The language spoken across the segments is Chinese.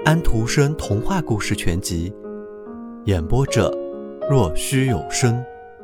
安徒生童话故事全集，演播者若虚有声。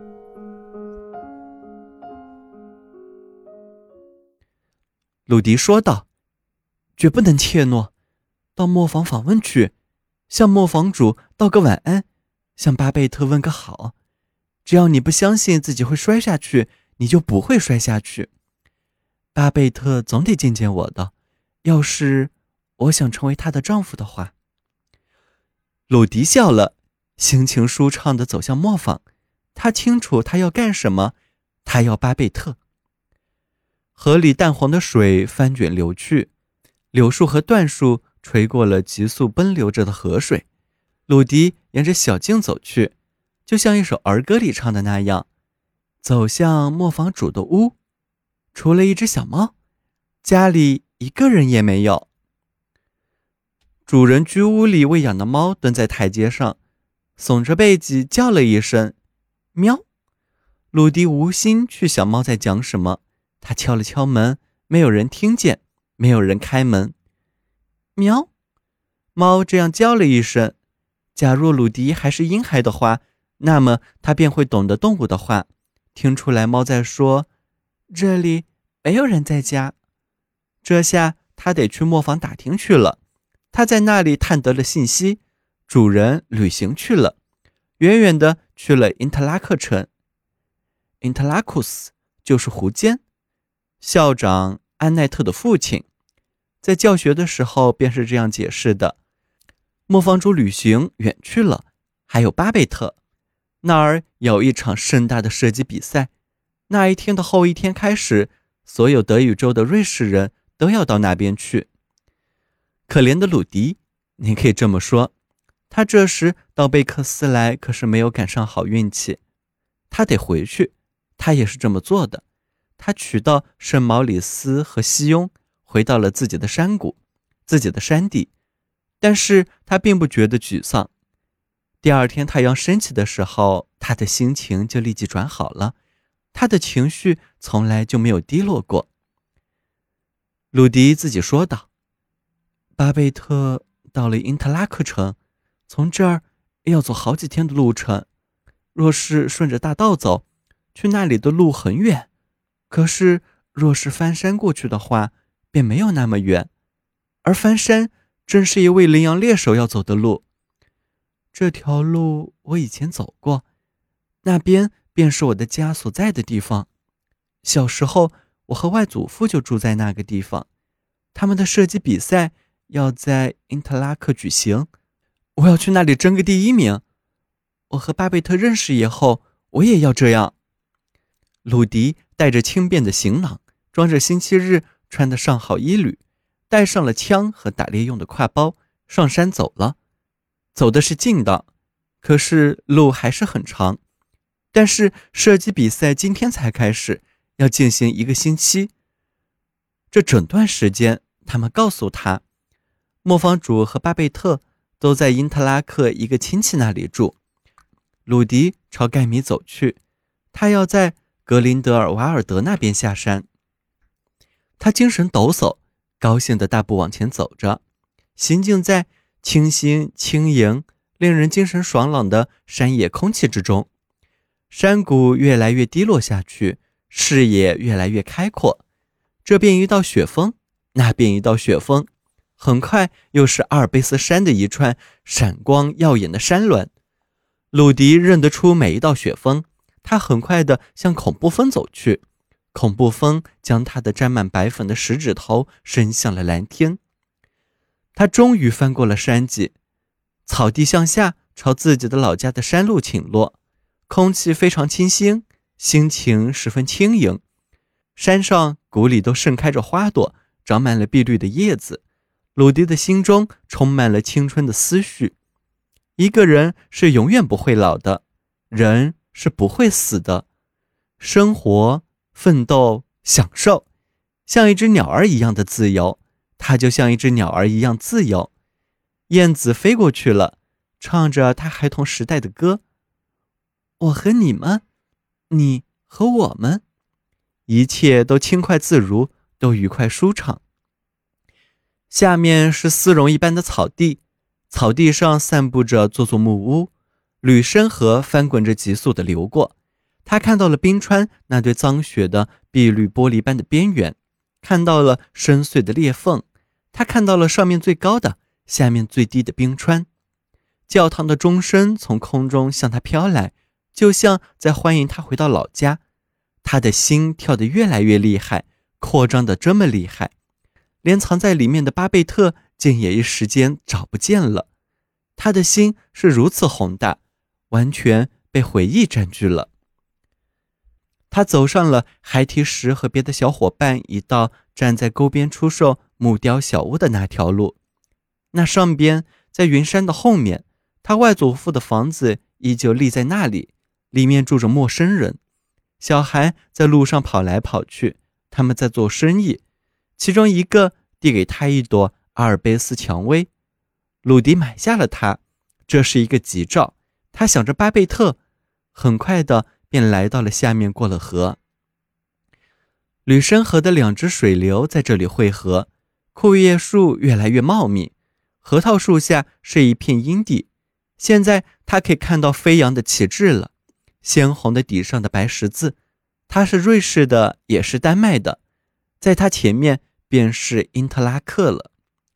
鲁迪说道：“绝不能怯懦，到磨坊访问去，向磨坊主道个晚安，向巴贝特问个好。只要你不相信自己会摔下去，你就不会摔下去。巴贝特总得见见我的，要是我想成为她的丈夫的话。”鲁迪笑了，心情舒畅地走向磨坊。他清楚他要干什么，他要巴贝特。河里淡黄的水翻卷流去，柳树和椴树吹过了急速奔流着的河水。鲁迪沿着小径走去，就像一首儿歌里唱的那样，走向磨坊主的屋。除了一只小猫，家里一个人也没有。主人居屋里喂养的猫蹲在台阶上，耸着背脊叫了一声喵。鲁迪无心去想猫在讲什么，他敲了敲门，没有人听见，没有人开门。喵，猫这样叫了一声。假若鲁迪还是婴孩的话，那么他便会懂得动物的话，听出来猫在说这里没有人在家。这下他得去磨坊打听去了。他在那里探得了信息，主人旅行去了，远远地去了因特拉克城。因特拉库斯就是胡坚，校长安奈特的父亲，在教学的时候便是这样解释的。磨坊主旅行远去了，还有巴贝特，那儿有一场盛大的射击比赛，那一天的后一天开始，所有德语州的瑞士人都要到那边去。可怜的鲁迪，你可以这么说，他这时到贝克斯来可是没有赶上好运气。他得回去，他也是这么做的。他取到圣毛里斯和西雍，回到了自己的山谷，自己的山地，但是他并不觉得沮丧。第二天太阳升起的时候，他的心情就立即转好了，他的情绪从来就没有低落过。鲁迪自己说道：巴贝特到了因特拉克城，从这儿要走好几天的路程。若是顺着大道走，去那里的路很远，可是若是翻山过去的话，便没有那么远。而翻山正是一位羚羊猎手要走的路。这条路我以前走过，那边便是我的家所在的地方。小时候，我和外祖父就住在那个地方。他们的射击比赛要在因特拉克举行，我要去那里争个第一名。我和巴贝特认识以后，我也要这样。鲁迪带着轻便的行囊，装着星期日穿的上好衣履，带上了枪和打猎用的挎包，上山走了。走的是近道，可是路还是很长。但是射击比赛今天才开始，要进行1个星期。这整段时间，他们告诉他，磨坊主和巴贝特都在因特拉克一个亲戚那里住。鲁迪朝盖米走去，他要在格林德尔瓦尔德那边下山。他精神抖擞，高兴地大步往前走着，行进在清新轻盈、令人精神爽朗的山野空气之中。山谷越来越低落下去，视野越来越开阔，这边一道雪峰，那边一道雪峰，很快又是阿尔卑斯山的一串闪光耀眼的山峦。鲁迪认得出每一道雪峰，他很快地向恐怖峰走去。恐怖峰将他的沾满白粉的食指头伸向了蓝天。他终于翻过了山脊，草地向下朝自己的老家的山路倾落，空气非常清新，心情十分轻盈。山上谷里都盛开着花朵，长满了碧绿的叶子。鲁迪的心中充满了青春的思绪。一个人是永远不会老的，人是不会死的。生活、奋斗、享受，像一只鸟儿一样的自由，它就像一只鸟儿一样自由。燕子飞过去了，唱着它孩童时代的歌。我和你们，你和我们，一切都轻快自如，都愉快舒畅。下面是丝绒一般的草地， 草地上散布着座座木屋，吕深河翻滚着急速地流过。他看到了冰川那对脏雪的碧绿玻璃般的边缘，看到了深邃的裂缝，他看到了上面最高的，下面最低的冰川。教堂的钟声从空中向他飘来，就像在欢迎他回到老家。他的心跳得越来越厉害，扩张得这么厉害，连藏在里面的巴贝特竟也一时间找不见了。他的心是如此宏大，完全被回忆占据了。他走上了孩提时和别的小伙伴一道站在沟边出售木雕小屋的那条路。那上边，在云山的后面，他外祖父的房子依旧立在那里，里面住着陌生人。小孩在路上跑来跑去，他们在做生意。其中一个递给他一朵阿尔卑斯蔷薇，鲁迪买下了它，这是一个吉兆。他想着巴贝特，很快的便来到了下面，过了河。吕深河的两只水流在这里汇合，阔叶树越来越茂密，核桃树下是一片阴地。现在他可以看到飞扬的旗帜了，鲜红的底上的白十字，它是瑞士的，也是丹麦的，在它前面便是因特拉克了。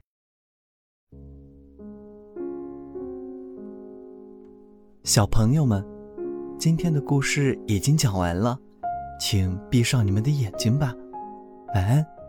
小朋友们，今天的故事已经讲完了，请闭上你们的眼睛吧，晚安。